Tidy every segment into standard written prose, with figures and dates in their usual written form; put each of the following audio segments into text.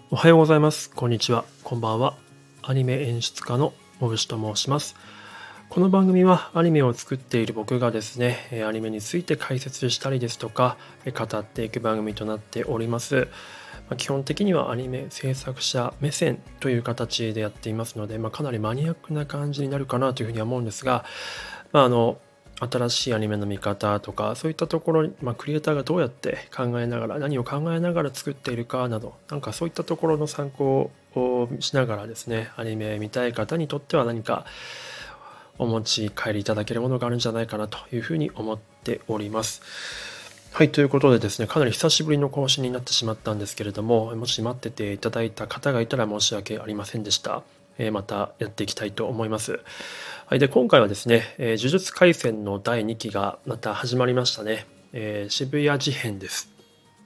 おはようございます。こんにちは。こんばんは。アニメ演出家のもぶしと申します。この番組はアニメを作っている僕がですね、アニメについて解説したりですとか、語っていく番組となっております。基本的にはアニメ制作者目線という形でやっていますので、かなりマニアックな感じになるかなというふうには思うんですが、新しいアニメの見方とかそういったところに、クリエイターがどうやって考えながら何を考えながら作っているかなど、そういったところの参考をしながらですね、アニメ見たい方にとっては何かお持ち帰りいただけるものがあるんじゃないかなというふうに思っております。はい、ということでですね、かなり久しぶりの更新になってしまったんですけれども、もし待ってていただいた方がいたら申し訳ありませんでした。またやっていきたいと思います。はい、で今回はですね、呪術廻戦の第2期がまた始まりましたね。渋谷事変です。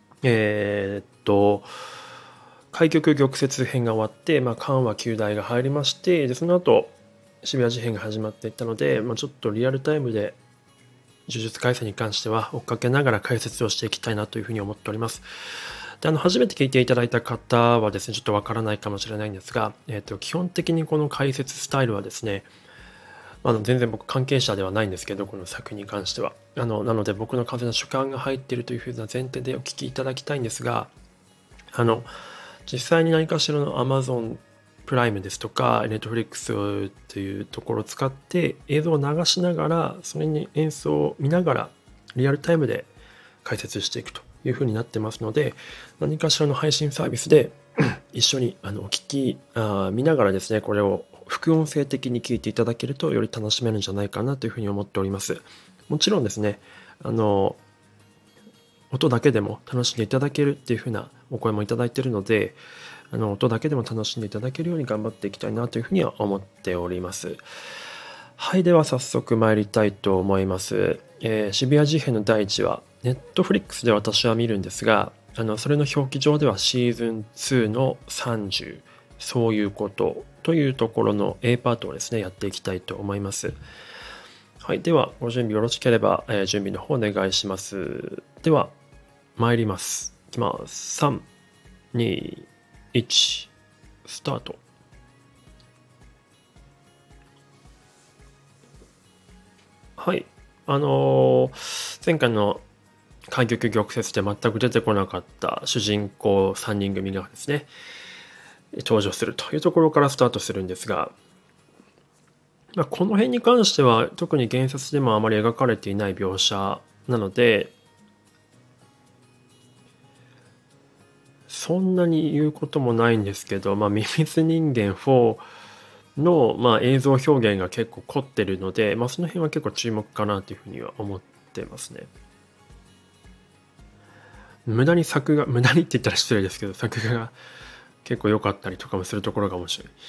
開局玉折編が終わって、関和9代が入りまして、でその後渋谷事変が始まっていったので、ちょっとリアルタイムで呪術廻戦に関しては追っかけながら解説をしていきたいなというふうに思っております。で初めて聞いていただいた方はですね、ちょっとわからないかもしれないんですが、基本的にこの解説スタイルはですね、全然僕関係者ではないんですけど、この作品に関してはなので僕の完全な主観が入っているというふうな前提でお聞きいただきたいんですが、実際に何かしらの Amazon プライムですとか Netflix というところを使って映像を流しながら、それに演奏を見ながらリアルタイムで解説していくというふうになってますので、何かしらの配信サービスで一緒にお聞き見ながらですね、これを副音声的に聞いていただけるとより楽しめるんじゃないかなというふうに思っております。もちろんですね、音だけでも楽しんでいただけるっていうふうなお声もいただいているので、音だけでも楽しんでいただけるように頑張っていきたいなというふうには思っております。はい、では早速参りたいと思います。渋谷事変の第1話、Netflix で私は見るんですが、それの表記上ではシーズン2の30、そういうことというところの A パートをですね、やっていきたいと思います。はい、ではご準備よろしければ、準備の方お願いします。では参ります。いきます。3、2、1、スタート。はい。前回の開局玉折で全く出てこなかった主人公3人組がですね、登場するというところからスタートするんですが、この辺に関しては特に原説でもあまり描かれていない描写なので、そんなに言うこともないんですけど、ミミズ人間4の、映像表現が結構凝ってるので、その辺は結構注目かなというふうには思ってますね。無駄にって言ったら失礼ですけど、作画が結構良かったりとかもするところが面白い。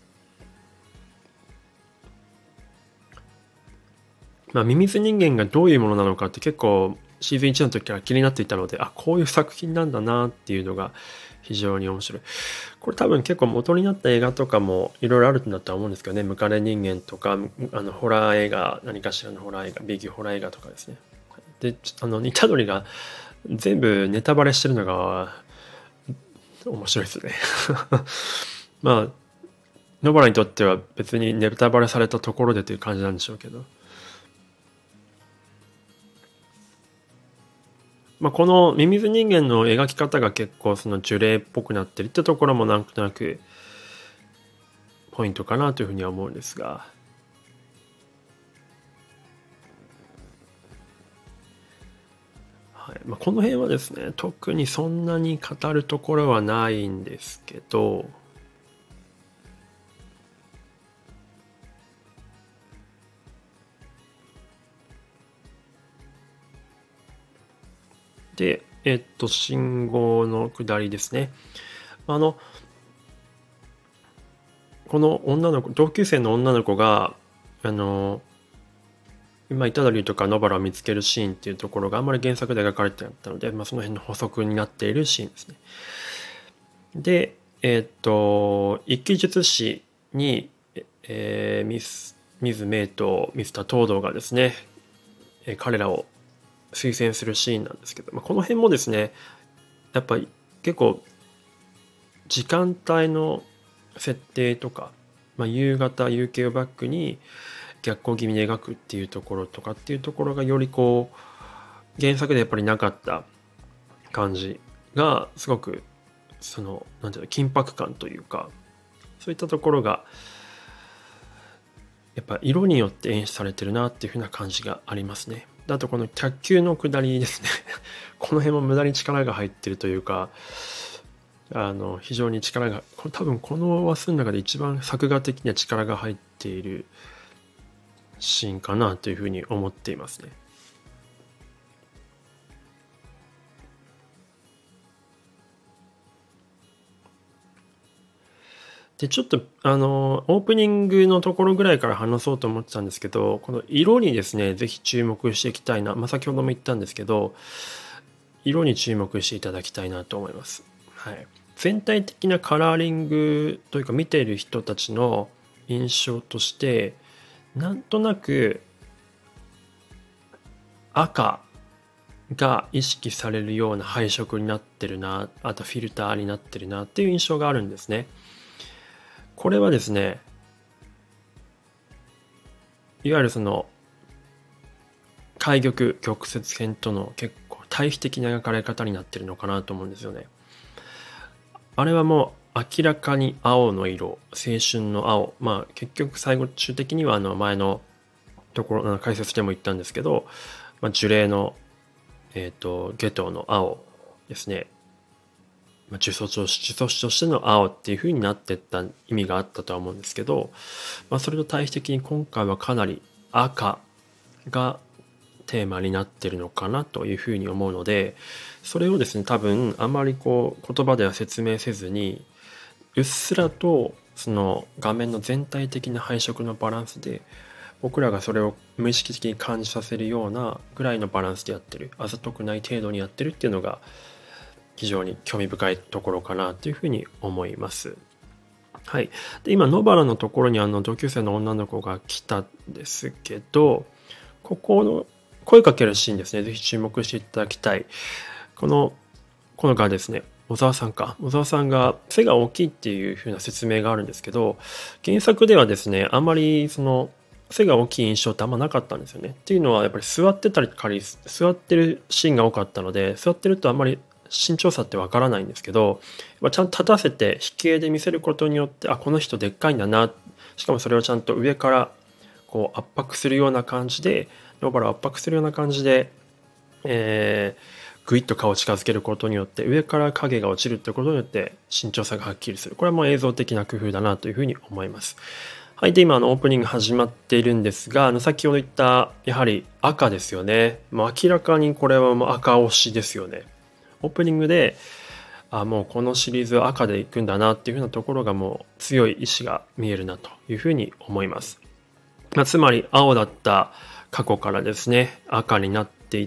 ミミズ人間がどういうものなのかって結構シーズン1の時から気になっていたので、こういう作品なんだなっていうのが非常に面白い。これ多分結構元になった映画とかもいろいろあるんだとは思うんですけどね、ムカデ人間とか、ホラー映画、何かしらのホラー映画、B 級ホラー映画とかですね。で、ニタドリが全部ネタバレしてるのが面白いですね。野原にとっては別にネタバレされたところでという感じなんでしょうけど。このミミズ人間の描き方が結構その呪霊っぽくなってるってところもなんとなくポイントかなというふうには思うんですが、はい、この辺はですね、特にそんなに語るところはないんですけど、で、信号の下りですね。この同級生の女の子が、今、虎杖とか野原を見つけるシーンっていうところがあんまり原作で描かれてなかったので、その辺の補足になっているシーンですね。で、一騎術師に、水明とミスター東堂がですね、彼らを推薦するシーンなんですけど、この辺もですね、やっぱり結構時間帯の設定とか、夕方夕景をバックに逆光気味に描くっていうところとかっていうところがよりこう原作でやっぱりなかった感じがすごくなんていうの、緊迫感というか、そういったところがやっぱ色によって演出されてるなっていう風な感じがありますね。あとこの脚球の下りですねこの辺も無駄に力が入ってるというか、非常に力が、多分この話数の中で一番作画的には力が入っているシーンかなというふうに思っていますね。でちょっとオープニングのところぐらいから話そうと思ってたんですけど、この色にですねぜひ注目していきたいな、先ほども言ったんですけど、色に注目していただきたいなと思います。はい、全体的なカラーリングというか、見ている人たちの印象としてなんとなく赤が意識されるような配色になってるな、あとフィルターになってるなっていう印象があるんですね。これはですね、いわゆる開玉曲折編との結構対比的な描かれ方になってるのかなと思うんですよね。あれはもう明らかに青の色、青春の青、結局最終的には前のところ解説でも言ったんですけど、樹齢の下等の青ですね。主訴としての青っていう風になっていった意味があったとは思うんですけど、それと対比的に今回はかなり赤がテーマになってるのかなというふうに思うので、それをですね多分あまり言葉では説明せずに、うっすらとその画面の全体的な配色のバランスで僕らがそれを無意識的に感じさせるようなぐらいのバランスでやってる、あざとくない程度にやってるっていうのが非常に興味深いところかなというふうに思います。はい、で今野原のところに同級生の女の子が来たんですけど、ここの声かけるシーンですね、ぜひ注目していただきたい。このがですね、小沢さんが背が大きいっていう風な説明があるんですけど、原作ではですねあんまり背が大きい印象ってあんまなかったんですよね。っていうのはやっぱり座ってたり座ってるシーンが多かったので、座ってるとあんまり身長差ってわからないんですけど、ちゃんと立たせて引き絵で見せることによって、この人でっかいんだな、しかもそれをちゃんと上から圧迫するような感じで、野原を圧迫するような感じで、ぐいっと顔を近づけることによって上から影が落ちるということによって身長差がはっきりする。これはもう映像的な工夫だなというふうに思います。はい。で今オープニング始まっているんですが、先ほど言ったやはり赤ですよね。もう明らかにこれはもう赤推しですよね。オープニングでもうこのシリーズ赤でいくんだなっていうふうなところがもう強い意志が見えるなというふうに思います。つまり青だった過去からですね赤になっていって、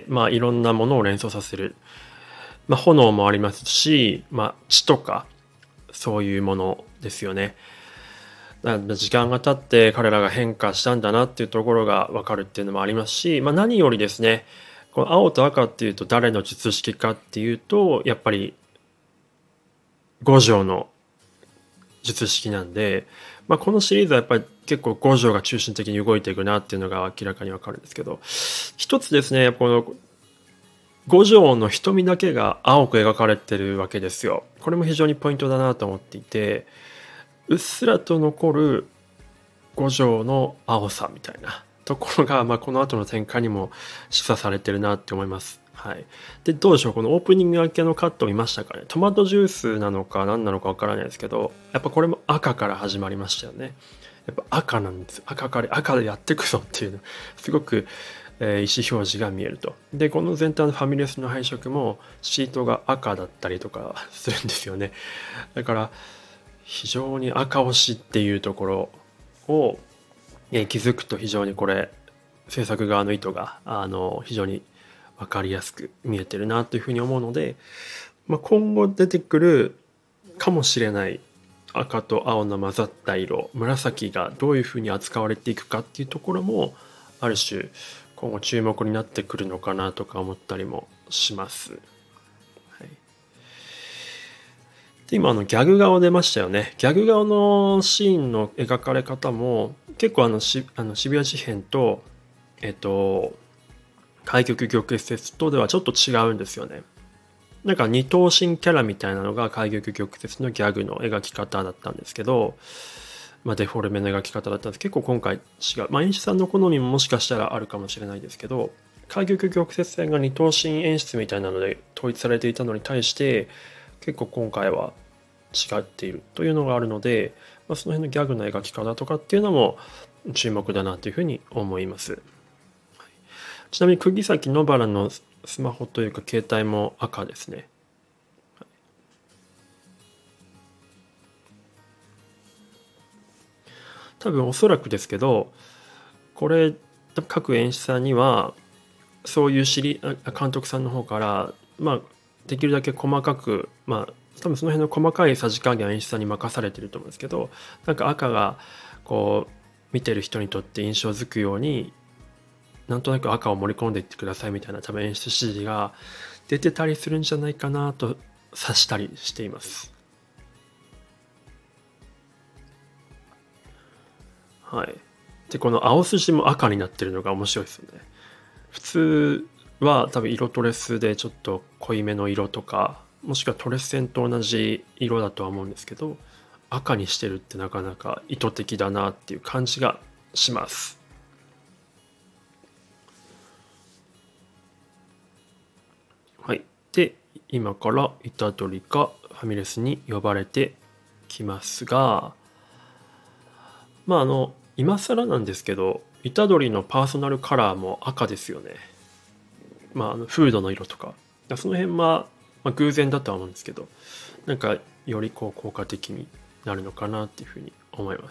いろんなものを連想させる、炎もありますし、血とかそういうものですよね。時間が経って彼らが変化したんだなっていうところが分かるっていうのもありますし、何よりですね、この青と赤っていうと誰の術式かっていうとやっぱり五条の術式なんで、このシリーズはやっぱり結構五条が中心的に動いていくなっていうのが明らかにわかるんですけど、一つですねこの五条の瞳だけが青く描かれてるわけですよ。これも非常にポイントだなと思っていて、うっすらと残る五条の青さみたいなところが、この後の展開にも示唆されてるなって思います。はい。で、どうでしょう、このオープニング明けのカット見ましたかね。トマトジュースなのか何なのかわからないですけど、やっぱこれも赤から始まりましたよね。やっぱ赤なんです。赤でやっていくぞっていうの、すごく、意思表示が見えると。で、この全体のファミレスの配色もシートが赤だったりとかするんですよね。だから、非常に赤推しっていうところを、気づくと非常にこれ、制作側の意図が、非常に分かりやすく見えてるなというふうに思うので、今後出てくるかもしれない赤と青の混ざった色、紫がどういうふうに扱われていくかっていうところもある種今後注目になってくるのかなとか思ったりもします。はい、 で、今ギャグ顔出ましたよね。ギャグ顔のシーンの描かれ方も結構渋谷事変と開局玉折とではちょっと違うんですよね。なんか二頭身キャラみたいなのが開局玉折のギャグの描き方だったんですけど、デフォルメの描き方だったんです。結構今回違う。演出さんの好みももしかしたらあるかもしれないですけど、開局玉折戦が二頭身演出みたいなので統一されていたのに対して結構今回は違っているというのがあるので、その辺のギャグの描き方とかっていうのも注目だなというふうに思います。ちなみに釘崎野原のスマホというか携帯も赤ですね。多分おそらくですけど、これ各演出さんにはそういう監督さんの方からできるだけ細かく多分その辺の細かいさじ加減は演出さんに任されてると思うんですけど、なんか赤がこう見てる人にとって印象づくようになんとなく赤を盛り込んでいってくださいみたいな多分演出指示が出てたりするんじゃないかなと察したりしています。はい。でこの青筋も赤になってるのが面白いですよね。普通は多分色トレスでちょっと濃いめの色とか、もしくはトレス線と同じ色だとは思うんですけど、赤にしてるってなかなか意図的だなっていう感じがします。はい。で、今から虎杖がファミレスに呼ばれてきますが、今更なんですけど、虎杖のパーソナルカラーも赤ですよね。フードの色とか。その辺は、偶然だとは思うんですけど、なんかより効果的になるのかなっていうふうに思います。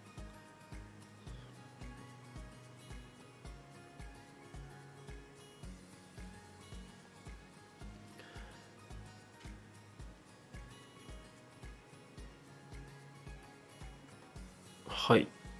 はい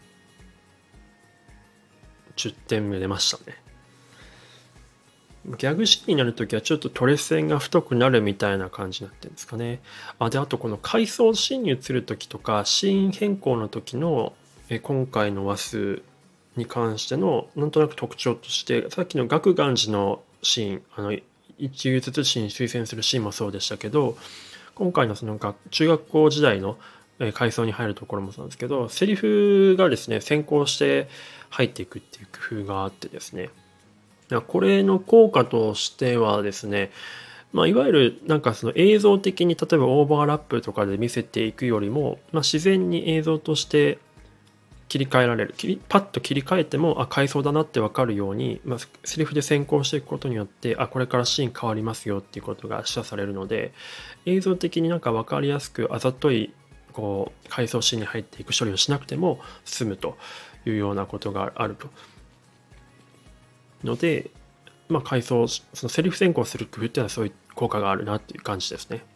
。10点目出ましたね。ギャグシーンになるときはちょっとトレ線が太くなるみたいな感じになってるんですかね。あとこの回想シーンに移るときとか、シーン変更の時の今回の話数に関してのなんとなく特徴として、さっきの岳岩寺のシーン、一遊ずつシーン推薦するシーンもそうでしたけど、今回のその中学校時代の回想に入るところもそうなんですけど、セリフがですね、先行して入っていくっていう工夫があってですね、これの効果としてはですね、いわゆるなんかその映像的に例えばオーバーラップとかで見せていくよりも、自然に映像として切り替えられる、パッと切り替えても回想だなって分かるように、セリフで先行していくことによってこれからシーン変わりますよっていうことが示唆されるので、映像的になんか分かりやすくあざとい回想シーンに入っていく処理をしなくても済むというようなことがあると。ので、回想、そのセリフ先行する工夫っていうのはそういう効果があるなっていう感じですね。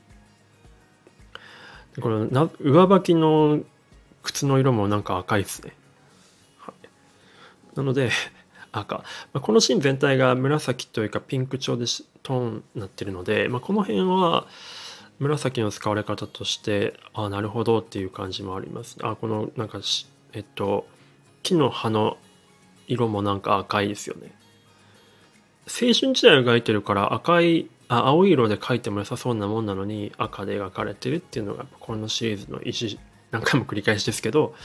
この上履きの靴の色もなんか赤いですね。はい、なので赤、このシーン全体が紫というかピンク調でトーンになってるので、この辺は紫の使われ方としてなるほどっていう感じもあります。このなんか木の葉の色もなんか赤いですよね。青春時代を描いてるから青い色で描いても良さそうなもんなのに赤で描かれてるっていうのがこのシリーズの何回も繰り返しですけど、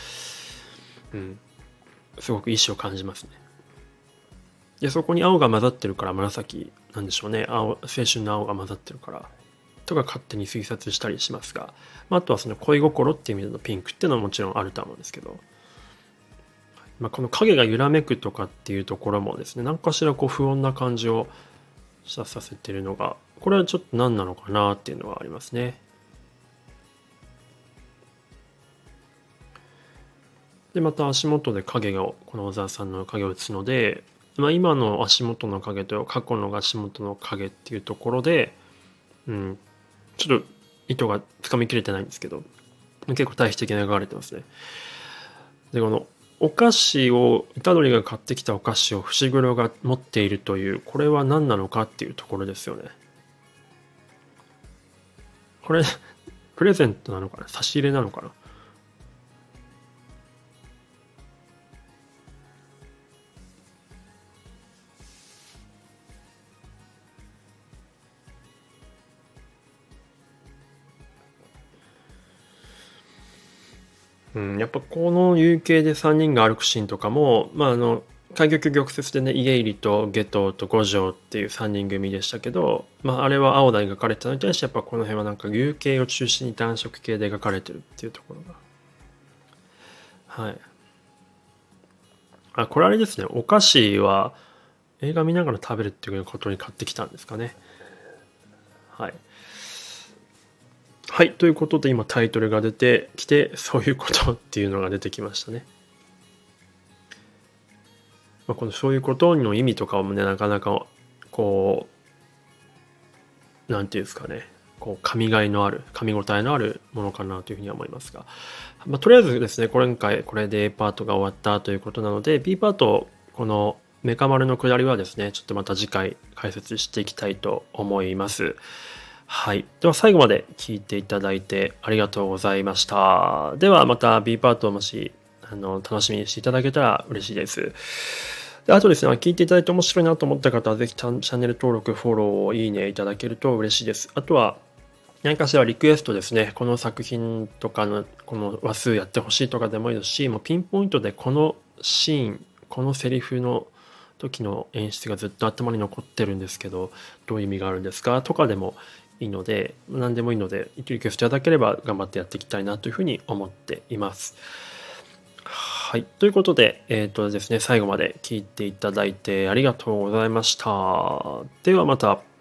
すごく意志を感じますね。でそこに青が混ざってるから紫なんでしょうね。青春の青が混ざってるからとか勝手に推察したりしますが、あとはその恋心っていう意味でのピンクっていうのはもちろんあると思うんですけど、この影が揺らめくとかっていうところもですね、何かしら不穏な感じを示唆させているのが、これはちょっと何なのかなっていうのはありますね。でまた足元で影がこの小沢さんの影を打つので、今の足元の影と過去の足元の影っていうところで、ちょっと意図がつかみきれてないんですけど、結構対比的に描かれてますね。でこのお菓子を虎杖が買ってきたお菓子を伏黒が持っているという、これは何なのかっていうところですよね。これプレゼントなのかな、差し入れなのかな。やっぱこの夕景で3人が歩くシーンとかも、開玉玉折でね、家入と下等と五条っていう3人組でしたけど、あれは青で描かれてたのに対して、やっぱこの辺はなんか夕景を中心に暖色系で描かれてるっていうところが。はい。これあれですね、お菓子は映画見ながら食べるっていうことに買ってきたんですかね。はい。はい。ということで、今タイトルが出てきて、そういうことっていうのが出てきましたね。このそういうことの意味とかもね、なかなか、こう、なんていうんですかね、こう、噛み応えのあるものかなというふうには思いますが、とりあえずですね、今回これで A パートが終わったということなので、B パート、このメカ丸の下りはですね、ちょっとまた次回解説していきたいと思います。はい。では最後まで聞いていただいてありがとうございました。ではまた B パートをもし楽しみにしていただけたら嬉しいです。であとですね、聞いていただいて面白いなと思った方はぜひチャンネル登録、フォロー、いいねいただけると嬉しいです。あとは何かしらリクエストですね、この作品とかのこの話数やってほしいとかでもいいですし、もうピンポイントでこのシーン、このセリフの時の演出がずっと頭に残ってるんですけど、どういう意味があるんですかとかでもいいので、何でもいいので、リクエストいただければ頑張ってやっていきたいなというふうに思っています。はい。ということで、ですね、最後まで聞いていただいてありがとうございました。ではまた。